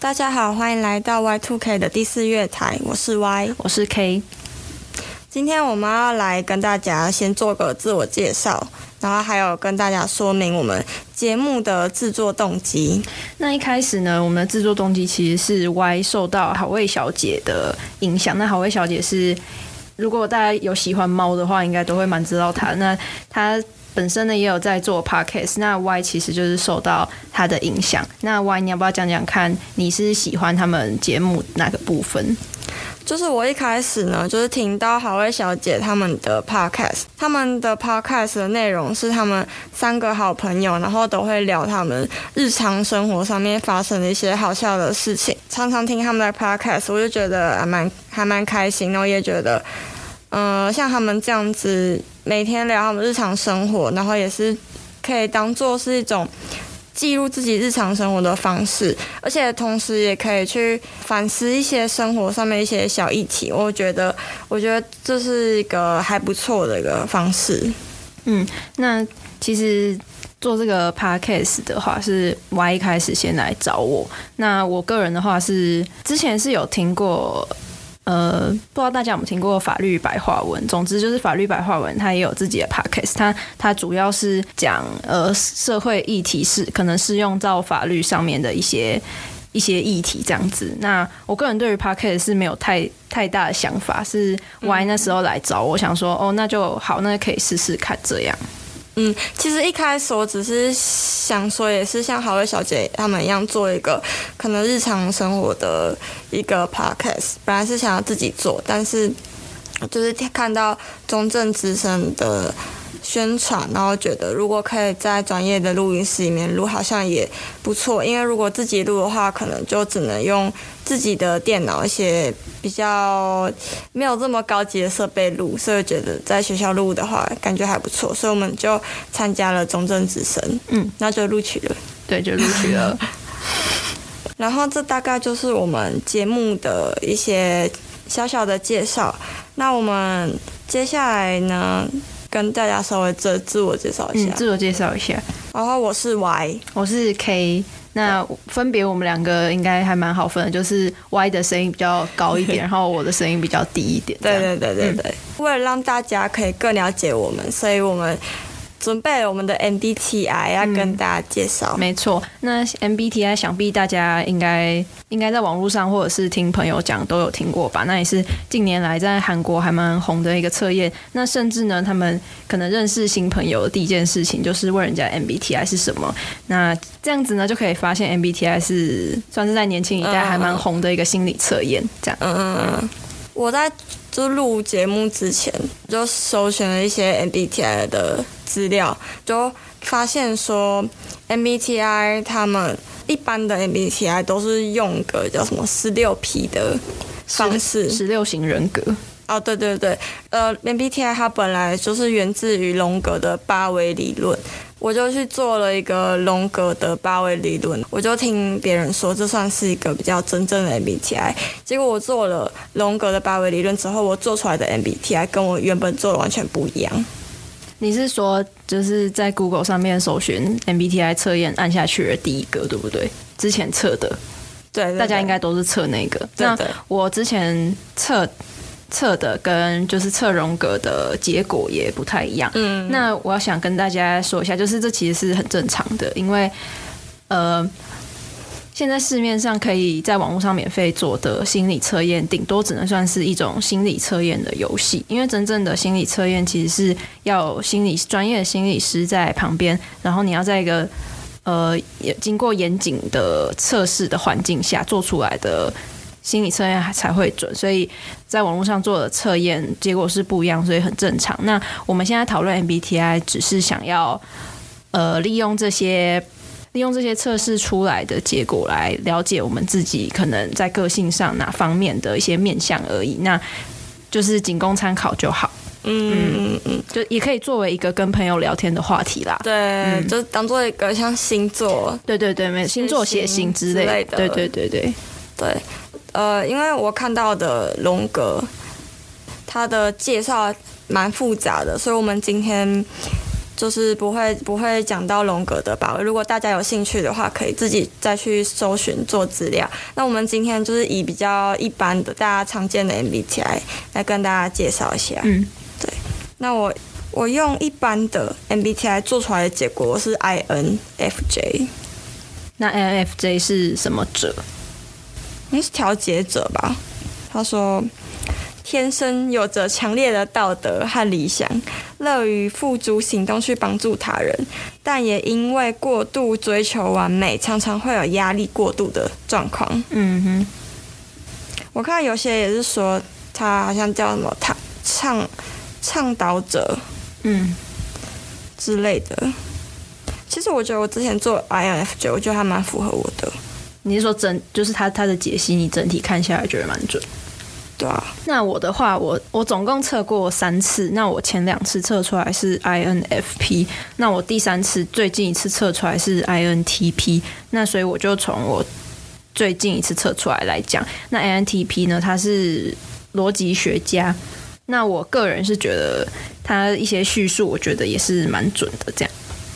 大家好，欢迎来到 Y2K 的第4月台，我是 Y， 我是 K。 今天我们要来跟大家先做个自我介绍，然后还有跟大家说明我们节目的制作动机。 那一开始呢，我们的制作动机其实是 Y 受到好味小姐的影响。那好味小姐是，如果大家有喜欢猫的话，应该都会蛮知道她。那她本身呢也有在做 podcast， 那 Y 其实就是受到她的影响。那 Y 你要不要讲讲看，你是喜欢他们节目哪个部分？ 就是我一开始呢，就是听到好味小姐他们的 podcast， 他们的 podcast 的内容是他们3个好朋友，然后都会聊他们日常生活上面发生的一些好笑的事情。常常听他们的 podcast， 我就觉得还蛮开心，然后也觉得，像他们这样子每天聊他们日常生活，然后也是可以当做是一种记录自己日常生活的方式，而且同时也可以去反思一些生活上面一些小议题。我觉得这是一个还不错的一个方式。 那其实做这个 podcast 的话，是 Y 一开始先来找我。那我个人的话是之前是有听过。不知道大家有没有听过法律白话文？总之就是法律白话文，它也有自己的 podcast， 它主要是讲社会议题是可能适用到法律上面的一些议题这样子。那我个人对于 podcast 是没有太大的想法，是 Y 那时候来找我，想说那就好，那就可以试试看这样。 其实一开始我只是想说，也是像好味小姐他们一样做一个可能日常生活的一个 podcast， 本来是想要自己做，但是就是看到中正之声的宣传，然后觉得如果可以在专业的录音室里面录，好像也不错。因为如果自己录的话，可能就只能用自己的电脑一些比较没有这么高级的设备录，所以我觉得在学校录的话感觉还不错，所以我们就参加了中正之声，那就录取了。 对，就录取了。 然后这大概就是我们节目的一些小小的介绍。那我们接下来呢，跟大家稍微自我介绍一下。 自我介绍一下。 然后我是 Y， 我是 K。那分别我们2个应该还蛮好分的，就是 Y 的声音比较高一点，然后我的声音比较低一点。 对。为了让大家可以更了解我们，所以我们准备了我们的 MBTI 要跟大家介绍。 没错，那 MBTI 想必大家应该在网络上或者是听朋友讲都有听过吧？那也是近年来在韩国还蛮红的一个测验。那甚至呢，他们可能认识新朋友的第一件事情就是问人家 MBTI 是什么。那这样子呢，就可以发现 MBTI 是算是在年轻一代还蛮红的一个心理测验。这样。 我在就录节目之前就搜寻了一些 MBTI 的资料，就发现说 MBTI 他们一般的 MBTI 都是用个叫什么16P 的方式 ，16型人格。 对，MBTI 它本来就是源自于荣格的8维理论，我就去做了一个荣格的8维理论，我就听别人说这算是一个比较真正的 MBTI， 结果我做了荣格的8维理论之后，我做出来的 MBTI 跟我原本做的完全不一样。 你是说就是在 Google 上面搜寻 MBTI 测验按下去的第一个，对不对？之前测的， 对， 大家应该都是测那个。 对， 那我之前测的跟就是测荣格的结果也不太一样。那我要想跟大家说一下，就是这其实是很正常的，因为现在市面上可以在网络上免费做的心理测验，顶多只能算是一种心理测验的游戏。因为真正的心理测验其实是要有专业的心理师在旁边，然后你要在一个经过严谨的测试的环境下做出来的心理测验才会准，所以在网络上做的测验结果是不一样，所以很正常。那我们现在讨论 MBTI 只是想要利用这些测试出来的结果来了解我们自己可能在个性上哪方面的一些面向而已，那就是仅供参考就好。就也可以作为一个跟朋友聊天的话题啦。 对，就当做一个像星座， 对，星座血型之类的。对， 因为我看到的荣格，它的介绍蛮复杂的，所以我们今天就是不会讲到荣格的吧。如果大家有兴趣的话，可以自己再去搜寻做资料。那我们今天就是以比较一般的大家常见的 MBTI 来跟大家介绍一下。对。那我用一般的 MBTI 做出来的结果是 INFJ。 那 INFJ 是什么者？ 是调节者吧。他说，天生有着强烈的道德和理想，乐于付诸行动去帮助他人，但也因为过度追求完美，常常会有压力过度的状况。我看有些也是说他好像叫什么倡导者，之类的。其实我觉得我之前做 INFJ， 我觉得还蛮符合我的。 你是说就是他的解析，你整体看下来觉得蛮准？ 对啊。 那我的话，我总共测过3次，那我前2次测出来是 INFP， 那我第3次最近一次测出来是 INTP， 那所以我就从我最近一次测出来讲，那 INTP 呢，它是逻辑学家，那我个人是觉得他一些叙述，我觉得也是蛮准的，这样。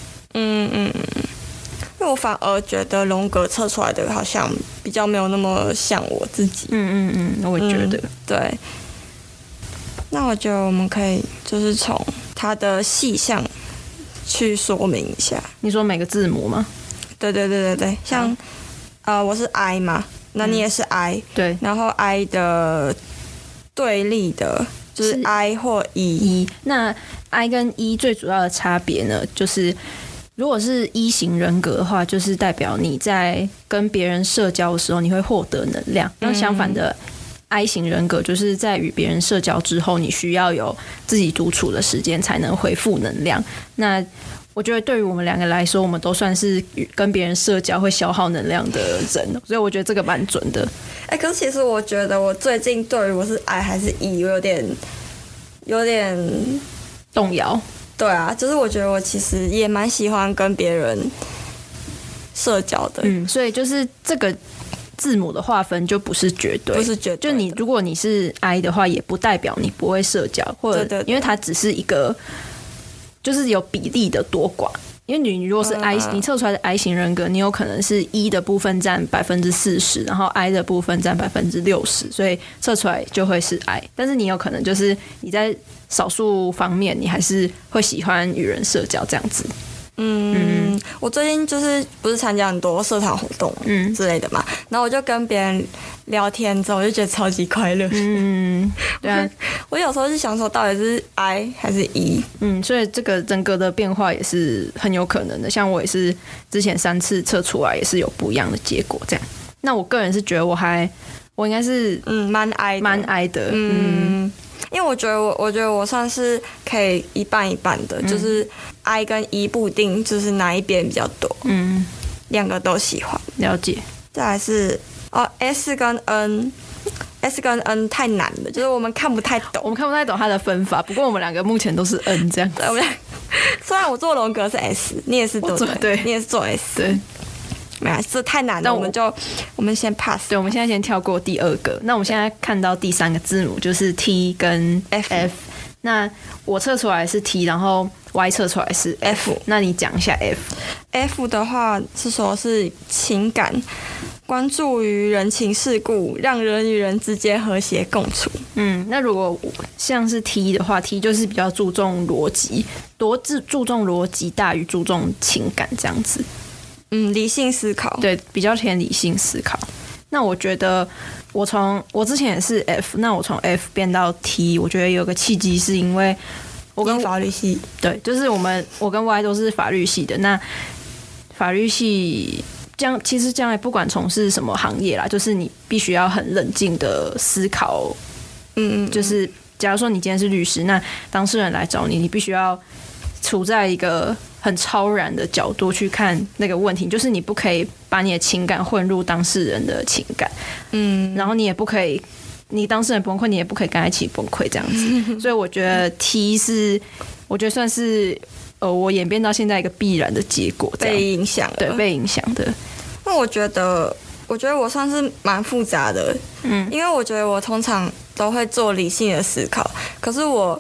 因为我反而觉得荣格测出来的好像比较没有那么像我自己。 我也觉得。 对。那我觉得我们可以就是从它的细项去说明一下。 你说每个字母吗？ 对，像我是 I 嘛，那你也是 I， 对。 然后 I 的对立的就是 I 或 E。 那 I 跟 E 最主要的差别呢，就是如果是 E 型人格的话，就是代表你在跟别人社交的时候，你会获得能量。那相反的 I 型人格，就是在与别人社交之后，你需要有自己独处的时间才能恢复能量。那我觉得对于我们2个来说，我们都算是跟别人社交会消耗能量的人，所以我觉得这个蛮准的。 可是其实我觉得我最近对于我是 I 还是 E， 我有点动摇。 对啊，就是我觉得我其实也蛮喜欢跟别人社交的。 所以就是这个字母的划分就不是绝对，就如果你是 I 的话，也不代表你不会社交，或者因为它只是一个就是有比例的多寡。因为你如果是 I，你测出来的 I 型人格，你有可能是 E 的部分占40%，然后 I 的部分占60%，所以测出来就会是 I。但是你有可能就是你在少数方面，你还是会喜欢与人社交这样子。 我最近就是不是参加很多社团活动之类的嘛，然后我就跟别人聊天之后，我就觉得超级快乐。 对啊， 我有时候就想说，到底是 I 还是 E？ 所以这个人格的变化也是很有可能的。像我也是之前3次测出来也是有不一样的结果，这样。那我个人是觉得我应该是蛮 I 的，因为我觉得我算是可以一半一半的，就是 I 跟 E 不一定就是哪一边比较多，2个都喜欢。 了解。 再来是S 跟 N。S 跟 N 太难了，就是我们看不太懂它的分法。不过我们2个目前都是 N 这样。 对，虽然我做荣格是 S， 你也是对，你也是做 S。 对， 没有，这太难了，我们先 pass。 对，我们现在先跳过第2个。那我们现在看到第3个字母就是 T 跟 F。那我测出来是 T， 然后 Y 测出来是 F。那你讲一下 F。F 的话是说是情感。关注于人情世故，让人与人之间和谐共处。 那如果像是 T 的话 ，T 就是比较注重逻辑，注重逻辑大于注重情感这样子。 理性思考， 对，比较偏理性思考。那我觉得我之前也是 F， 那我从 F 变到 T， 我觉得有个契机是因为我跟法律系， 对，就是我跟 Y 都是法律系的。那法律系。其实将来不管从事什么行业啦，就是你必须要很冷静的思考。就是假如说你今天是律师，那当事人来找你，你必须要处在一个很超然的角度去看那个问题，就是你不可以把你的情感混入当事人的情感。然后你也不可以，你当事人崩溃，你也不可以跟他一起崩溃这样子。所以我觉得 T 是，我觉得算是。我演变到现在一个必然的结果， 被影响了， 对，被影响的。 那我觉得我算是蛮复杂的，因为我觉得我通常都会做理性的思考，可是我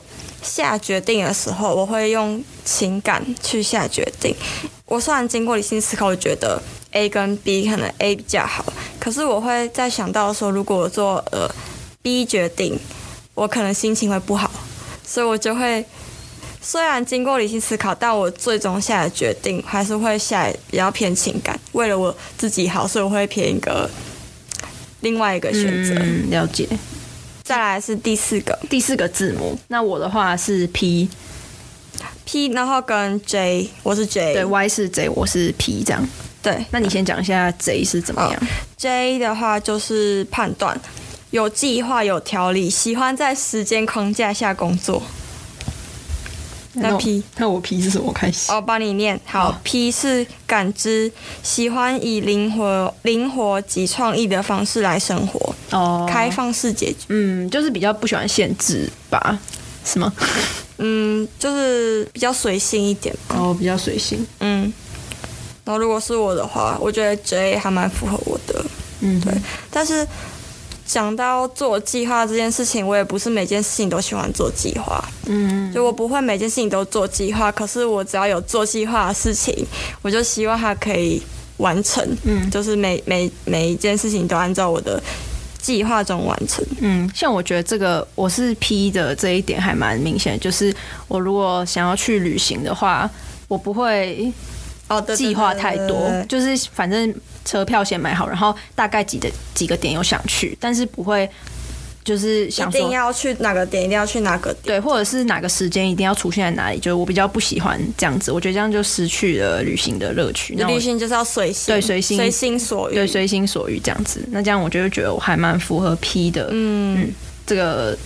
下决定的时候，我会用情感去下决定。我虽然经过理性思考，我觉得 A 跟 B 可能 A 比较好，可是我会在想到说，如果我做B 决定，我可能心情会不好，所以我就会虽然经过理性思考，但我最终下的决定还是会下比较偏情感，为了我自己好，所以我会偏另外一个选择。 了解。 再来是第四个字母，那我的话是 P， 然后跟 J， 我是 J， 对 Y 是 J， 我是 P 这样。 对， 那你先讲一下 J 是怎么样 ？J 的话就是判断，有计划、有条理，喜欢在时间框架下工作。那 P， 那我 P 是什么开始？ 帮你念。好 ，P 是感知，喜欢以灵活及创意的方式来生活。开放式解决。 就是比较不喜欢限制吧？是吗？ 就是比较随性一点。 比较随性。 然后如果是我的话，我觉得 J 还蛮符合我的。对。但是讲到做计划这件事情，我也不是每件事情都喜欢做计划。就我不会每件事情都做计划，可是我只要有做计划的事情，我就希望它可以完成。就是每一件事情都按照我的计划中完成。 像我觉得这个我是 P 的这一点还蛮明显的，就是我如果想要去旅行的话，我不会计划太多，就是反正车票先买好，然后大概几个点有想去，但是不会就是想说一定要去哪个点，一定要去哪个点， 对，或者是哪个时间一定要出现在哪里，就是我比较不喜欢这样子，我觉得这样就失去了旅行的乐趣。 旅行就是要随性， 对，随心所欲， 对，随心所欲这样子。那这样我就觉得我还蛮符合 P 的，这个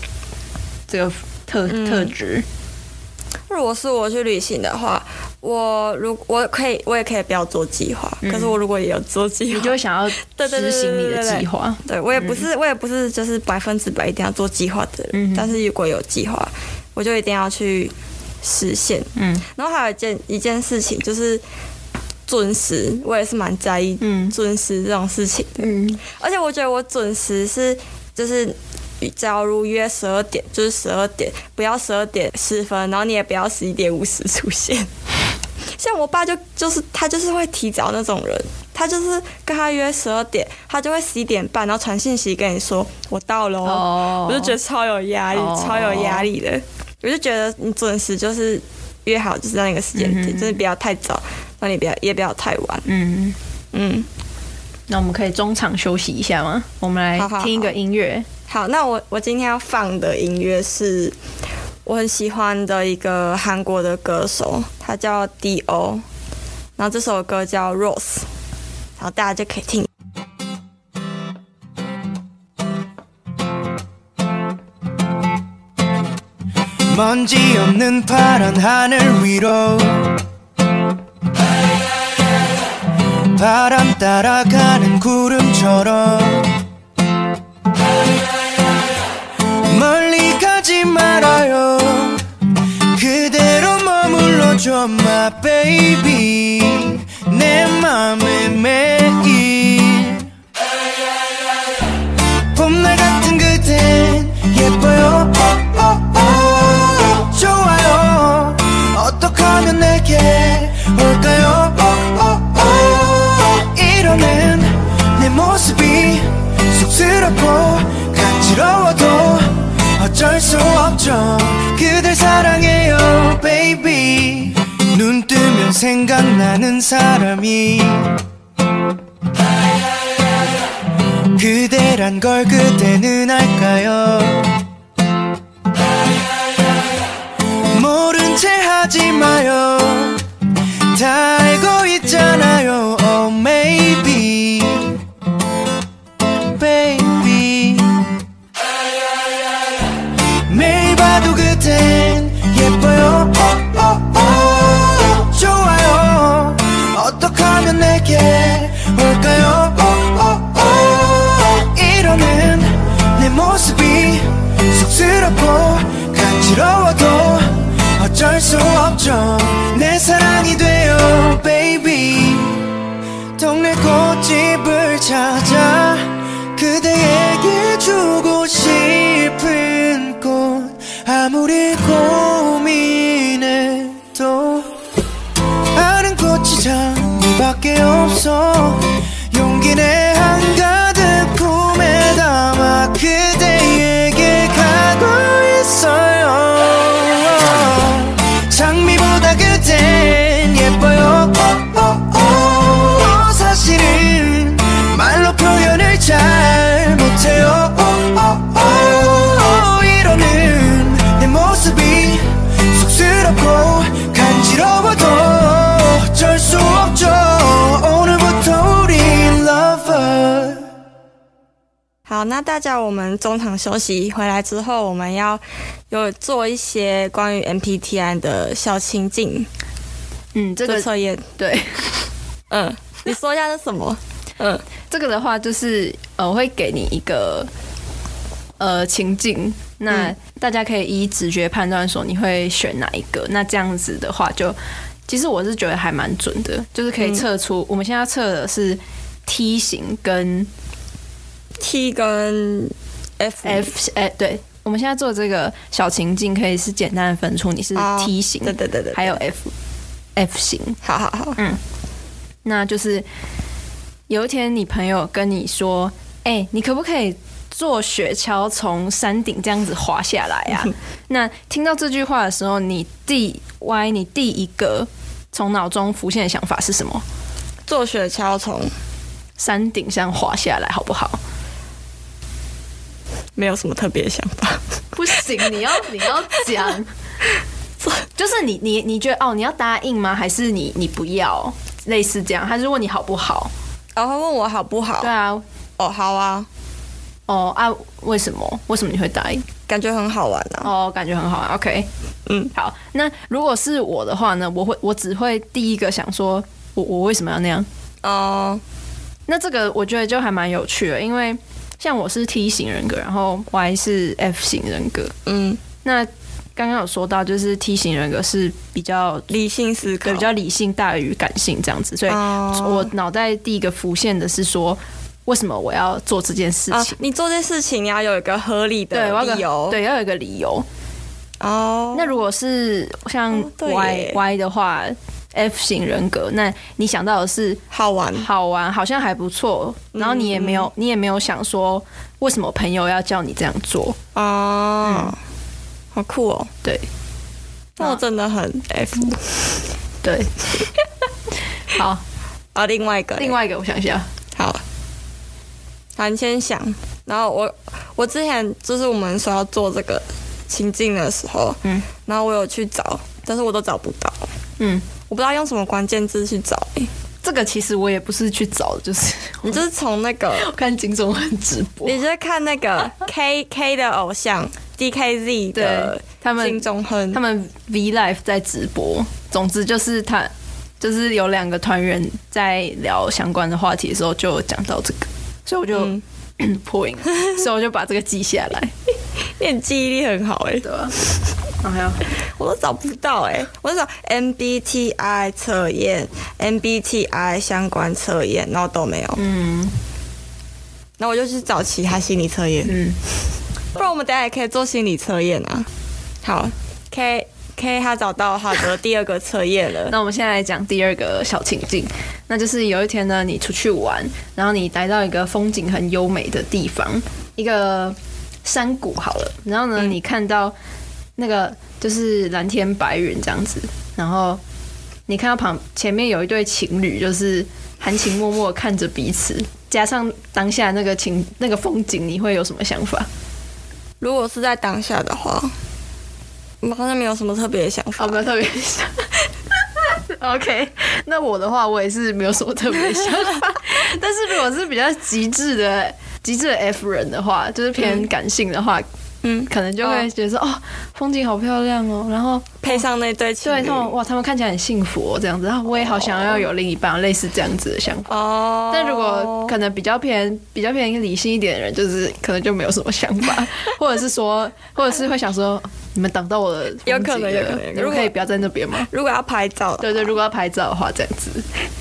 特质。 如果是我去旅行的话，我也可以不要做计划，可是我如果也有做计划， 你就会想要执行你的计划。 对，我也不是就是100%一定要做计划的人，但是如果有计划，我就一定要去实现。然后还有一件事情就是准时，我也是蛮在意准时这种事情的。而且我觉得我准时就是假如约12点，就是12点，不要12点10分，然后你也不要11点50出现。像我爸就是他就是会提早那种人，他就是跟他约12点，他就会11点半，然后传信息跟你说我到了哦。我就觉得超有压力，超有压力的。我就觉得你准时就是约好就是在那个时间点，就是不要太早，然后你也不要太晚。 那我们可以中场休息一下吗？我们来听一个音乐。 好，那我今天要放的音乐是我很喜欢的一个韩国的歌手，他叫 D.O， 然后这首歌叫 Rose， 然后大家就可以听。 줘 my baby 내 맘에 매일 봄날 같은 그댄 예뻐요 좋아요 어떻게 하면 내게 올까요 이러는 내 모습이 쑥스럽고 간지러워도 어쩔 수 없죠 그댈 사랑해요 baby 눈 뜨면 생각나는 사람이 그대란 걸 그대는 알까요 모른 채 하지 마요 다 알고 있잖아요 oh maybe baby 매일 봐도 그댄 예뻐요 좋아요 어떻게 하면 내게 올까요 이러는 내 모습이 쑥스럽고 간지러워도 어쩔 수 없죠 내 사랑이 돼요 baby 동네 꽃집을 찾아 그대에게 주고 싶은 꽃 아무리 꽃 용기 내 한가득 품에 담아 그대에게 가고 있어요. 장미보다 그댄 예뻐요. 사실은 말로 표현을 잘 못해요. 이러는 내 모습이 쑥스럽고 간지러워도 어쩔 수 없죠. 오늘부터 우리 lover。 好，那大家我们中场休息回来之后，我们要有做一些关于 MBTI 的小情境这个测验。 对， 你说一下是什么？ 这个的话就是我会给你一个情境，那大家可以依直觉判断说你会选哪一个。那这样子的话就，其实我是觉得还蛮准的，就是可以测出、我们现在测的是 T 型跟 T 跟 F， 对，我们现在做这个小情境可以是简单的分出你是 T 型， 对， 还有 F 型。 好， 那就是有一天你朋友跟你说，你可不可以坐雪橇从山顶这样子滑下来啊？那听到这句话的时候，你第一个从脑中浮现的想法是什么？ 坐雪橇从山顶上滑下来，好不好？ 没有什么特别的想法。 不行，你要讲，就是你觉得你要答应吗？还是你不要？类似这样，还是问你好不好？ 然后问我好不好？ 对啊。 好啊。 为什么你会答应？ 感觉很好玩啊。 感觉很好玩。OK， 好。那如果是我的话呢？我只会第一个想说，我为什么要那样？那这个我觉得就还蛮有趣的，因为像我是 T 型人格，然后 Y 是 F 型人格。那刚刚有说到，就是 T 型人格是比较理性思考， 比较理性大于感性这样子，所以我脑袋第一个浮现的是说，为什么我要做这件事情？ 你做这件事情你要有一个合理的理由， 对，要有一个理由。那如果是像 Y 的话，F 型人格，那你想到的是好玩，好像还不错，然后你也没有想说为什么朋友要叫你这样做好酷哦。 对， 那我真的很 F。 对，好另外一个我想一下。 好，你先想。然后我之前就是我们说要做这个情境的时候，然后我有去找，但是我都找不到。我不知道用什么关键字去找。 这个其实我也不是去找的，就是你就是从那个我看金钟很直播， 你就看那个 K 的偶像 DKZ 的金钟亨， 他们 V Live 在直播。总之就是就是有两个团员在聊相关的话题的时候就有讲到这个，所以我就破音，所以我就把这个记下来。 你记忆力很好对吧？还有我都找不到我就找 MBTI 测验 MBTI 相关测验，然后都没有。然后我就去找其他心理测验。不然我们等一下也可以做心理测验啊。好 K 他找到他的第二个测验了。 那我们现在来讲第二个小情境，那就是有一天呢，你出去玩，然后你来到一个风景很优美的地方，一个山谷好了，然后呢，你看到那个就是蓝天白云这样子，然后你看到前面有一对情侣，就是含情脉脉看着彼此，加上当下那个风景，你会有什么想法？ 如果是在当下的话，我好像没有什么特别的想法。 没有特别想。OK， 那我的话，我也是没有什么特别的想法。但是如果是比较极致的 F 人的话，就是偏感性的话，可能就会觉得说风景好漂亮哦，然后配上那对情侣， 对，他们看起来很幸福这样子，然后我也好想要有另一半，类似这样子的想法。但如果可能比较偏理性一点的人，就是可能就没有什么想法，或者是会想说，你们挡到我的风景了， 有可能， 你们可以不要在那边吗？ 如果要拍照， 对，如果要拍照的话，这样子。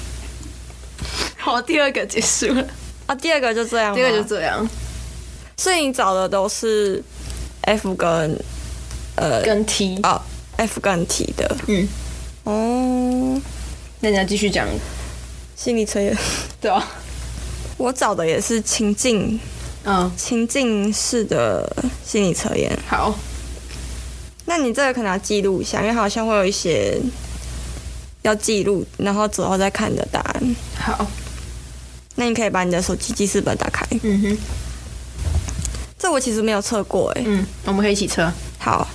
好，第二个结束了。 第二个就这样吗？ 第二个就这样。 所以你找的都是 F 跟跟 T F 跟 T 的。 那你要继续讲心理测验。 对啊， 我找的也是情境式的心理测验。 好， 那你这个可能要记录一下，因为好像会有一些要记录，然后之后再看你的答案。 好， 那你可以把你的手机记事本打开。这我其实没有测过我们可以一起测。 好，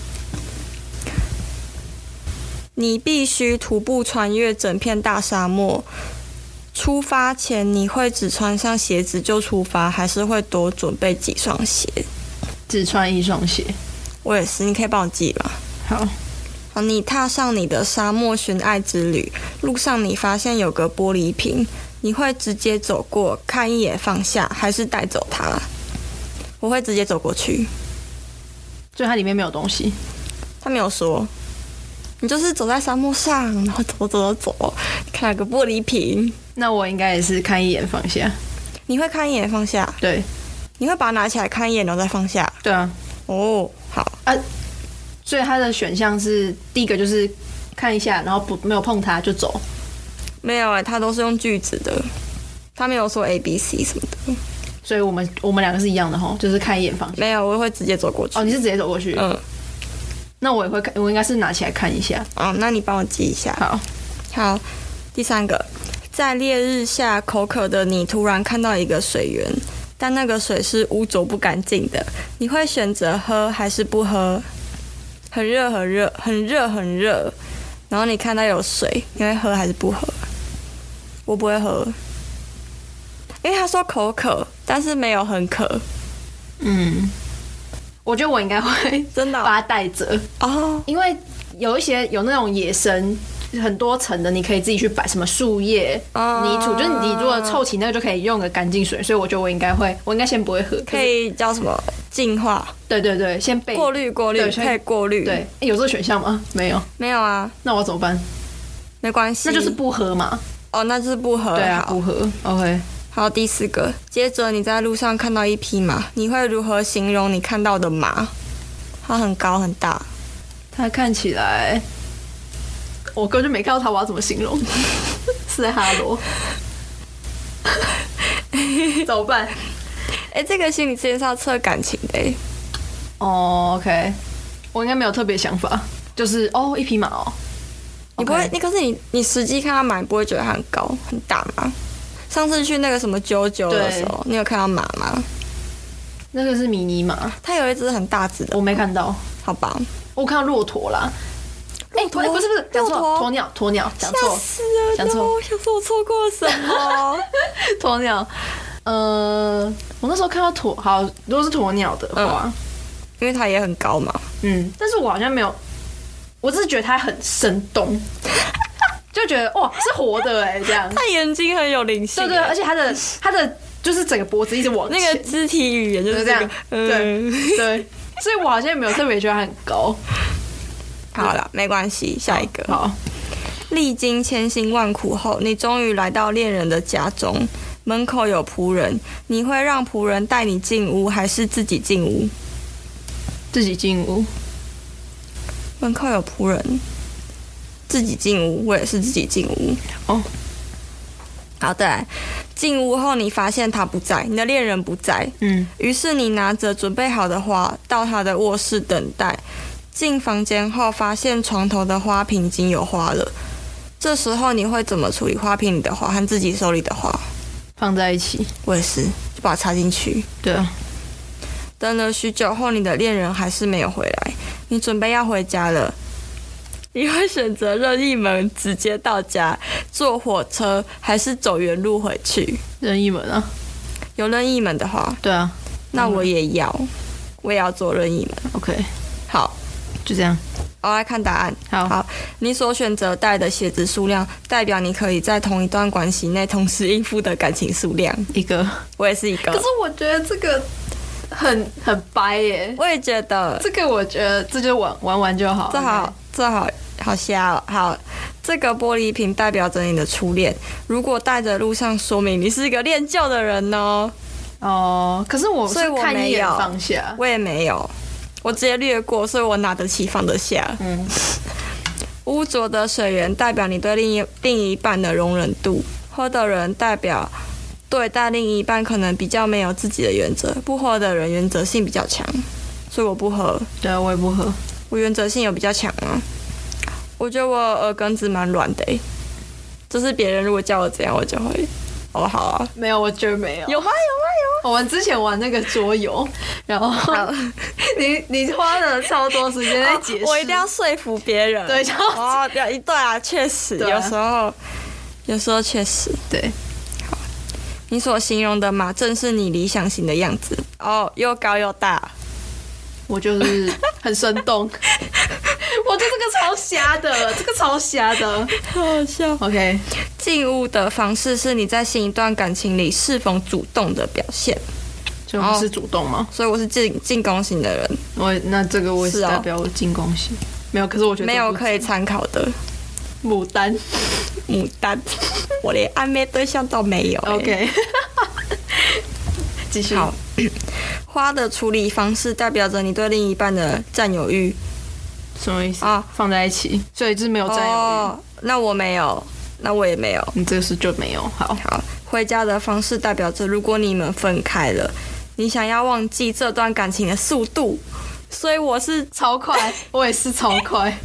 你必须徒步穿越整片大沙漠。出发前你会只穿上鞋子就出发，还是会多准备几双鞋？ 只穿一双鞋。 我也是，你可以帮我记吗？好，你踏上你的沙漠寻爱之旅，路上你发现有个玻璃瓶，你会直接走过看一眼放下，还是带走它？我会直接走过去。 就它里面没有东西。 他没有说，你就是走在沙漠上，然后走，看到个玻璃瓶。 那我应该也是看一眼放下。 你会看一眼放下？ 对。 你会把它拿起来看一眼，然后再放下？ 对啊。 哦，好啊。所以它的选项是第一个就是看一下，然后没有碰它就走。 没有它都是用句子的，它没有说 A、B、C 什么的。 所以我们两个是一样的吼，就是看一眼放下。 没有，我会直接走过去。 哦，你是直接走过去？那我也会看，我应该是拿起来看一下。 那你帮我记一下。好，第三个，在烈日下口渴的你突然看到一个水源，但那个水是污浊不干净的，你会选择喝还是不喝？很热，然后你看到有水，你会喝还是不喝？我不会喝，因为他说口渴，但是没有很渴。 我觉得我应该会真的把它带着因为有一些有那种野生很多层的，你可以自己去摆什么树叶、泥土，就是你如果凑齐那个就可以用个干净水，所以我觉得我应该先不会喝， 可以叫什么净化？ 对，先备过滤，可以过滤。 对，有这个选项吗？没有啊。 那我怎么办？ 没关系， 那就是不喝嘛。 那就是不喝。 对啊，不喝。OK。 好，第四个，接着你在路上看到一匹马，你会如何形容你看到的马？它很高很大， 它看起来，我根本就没看到它，我要怎么形容？是在哈罗，怎么办？ 这个心理测验是要测感情的 OK， 我应该没有特别想法，就是一匹马你不会，可是你实际看到马，你不会觉得它很高很大吗？上次去那个什么啾的时候，你有看到马吗？ 那个是迷你马， 它有一只很大只的， 我没看到。 好吧， 我看到骆驼啦。不是，讲错，鸵鸟，讲错， 吓死了，讲错，我想说我错过了什么？ 鸵鸟，我那时候看到如果是鸵鸟的话， 因为它也很高嘛， 但是我好像没有，我只是觉得它很生动。就觉得哇是活的这样， 他眼睛很有灵性， 对，而且他的就是整个脖子一直往前， 那个肢体语言就是这样， 对，所以我好像也没有特别觉得他很高。 好了，没关系，下一个。 好， 历经千辛万苦后，你终于来到恋人的家中，门口有仆人，你会让仆人带你进屋，还是自己进屋？ 自己进屋。 门口有仆人。自己进屋，我也是自己进屋。好的，进屋后你发现他不在，你的恋人不在，于是你拿着准备好的花到他的卧室等待。进房间后发现床头的花瓶已经有花了，这时候你会怎么处理花瓶里的花和自己手里的花？ 放在一起。 我也是，就把它插进去。 对啊。 等了许久后，你的恋人还是没有回来，你准备要回家了。你会选择任意门直接到家，坐火车，还是走原路回去？ 任意门啊， 有任意门的话， 对啊， 那我也要坐任意门。 OK， 好， 就这样。 我来看答案。好，你所选择带的鞋子数量，代表你可以在同一段关系内同时应付的感情数量。 一个， 我也是一个。 可是我觉得这个很掰耶。 我也觉得这个，我觉得这就玩就好。 这好瞎哦。好，这个玻璃瓶代表着你的初恋，如果带着路上，说明你是一个恋旧的人哦。 可是我是看一眼放下， 我也没有，我直接略过，所以我拿得起放得下。污浊的水源代表你对另一半的容忍度，喝的人代表对待另一半可能比较没有自己的原则，不喝的人原则性比较强，所以我不喝。 对啊，我也不喝。 我原则性有比较强吗？我觉得我耳根子蛮软的就是别人如果叫我怎样，我就会哦好啊。 没有，我觉得没有。 有吗？ 我们之前玩那个桌游，然后你花了超多时间在解释、 我一定要说服别人。 对， 对啊，确实， 对啊有时候确实对。 好，你所形容的马正是你理想型的样子哦，又高又大。 我就是很生动，我觉得这个超瞎的，这个超瞎的， 好笑。 OK， 进屋的方式是你在新一段感情里是否主动的表现， 所以我是主动吗？ 所以我是进攻型的人。 那这个我也是代表我进攻型，没有，可是我觉得没有可以参考的。 牡丹， 我连暧昧对象都没有。 OK， 继续。 好。花的处理方式代表着你对另一半的占有欲。 什么意思啊？放在一起，所以就是没有占有欲。 那我没有，那我也没有。 你这个是就没有。好， 回家的方式代表着如果你们分开了，你想要忘记这段感情的速度。所以我是超快，我也是超快。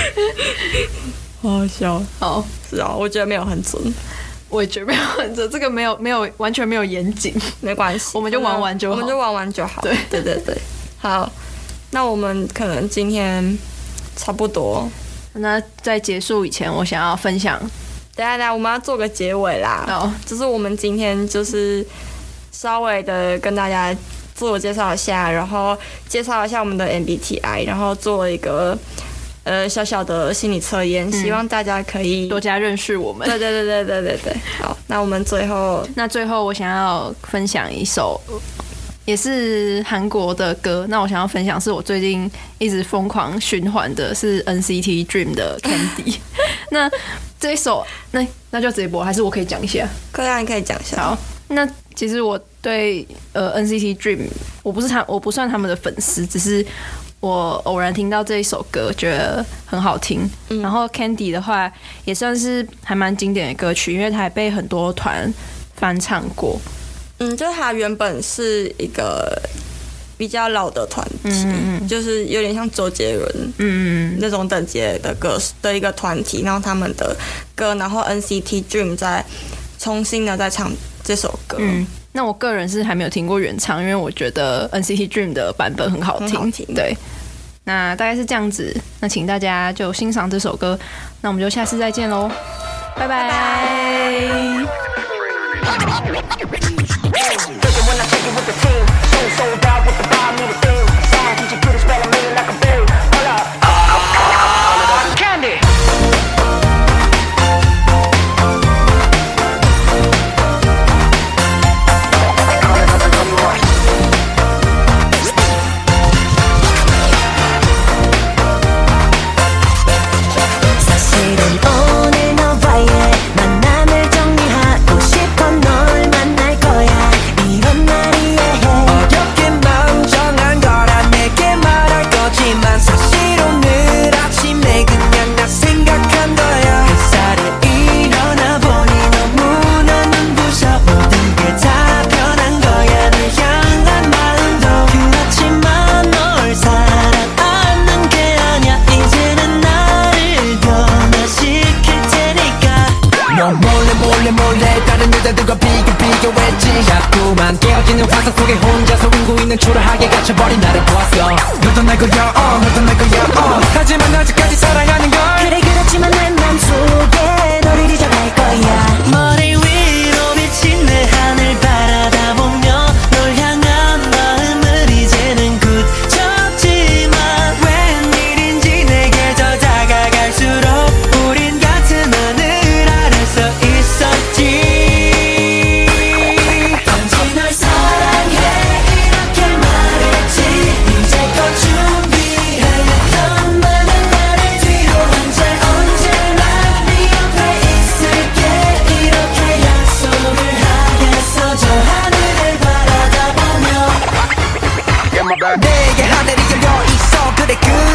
好笑。 好， 是啊，我觉得没有很准。 我也觉得没有很准，这个没有完全没有严谨， 没关系， 我们就玩玩就好。 我们就玩玩就好。 对。 好，那我们可能今天差不多。 那在结束以前，我想要分享。 等一下，我们要做个结尾啦。 好， 就是我们今天就是稍微的跟大家自我介绍一下，然后介绍一下我们的 MBTI， 然后做一个小小的心理测验，希望大家可以多加认识我们。 对。好，那我们最后我想要分享一首也是韩国的歌。那我想要分享是我最近一直疯狂循环的，是 NCT Dream 的 Candy。那这一首，那就直接播，还是我可以讲一下？ 可以啊，你可以讲一下。 好，那其实我对NCT Dream 我不算他们的粉丝，只是我偶然听到这一首歌，觉得很好听。然后 Candy 的话，也算是还蛮经典的歌曲，因为它也被很多团翻唱过。 就是它原本是一个比较老的团体，就是有点像周杰伦那种等级的歌的一个团体，然后他们的歌，然后 NCT Dream 再重新的再唱这首歌。 那我个人是还没有听过原唱，因为我觉得 NCT Dream 的版本很好听。对，那大概是这样子。那请大家就欣赏这首歌，那我们就下次再见喽，拜拜。 초라하게 갇혀버린 나를 보았어. 너도 날 거야, 너도 날 거야, 하지만 아직까지 사랑하는 걸. 그래 그렇지만 내 맘속에 너를 잊어갈 거야. 머리 위로 비친 내 하늘 바라다 보며 널 향한 마음을 이제는 굳혔지만 웬일인지 내게 더 다가갈수록 우린 같은 하늘 아래서 있었지. 내게 하늘이 열려 있어. 그래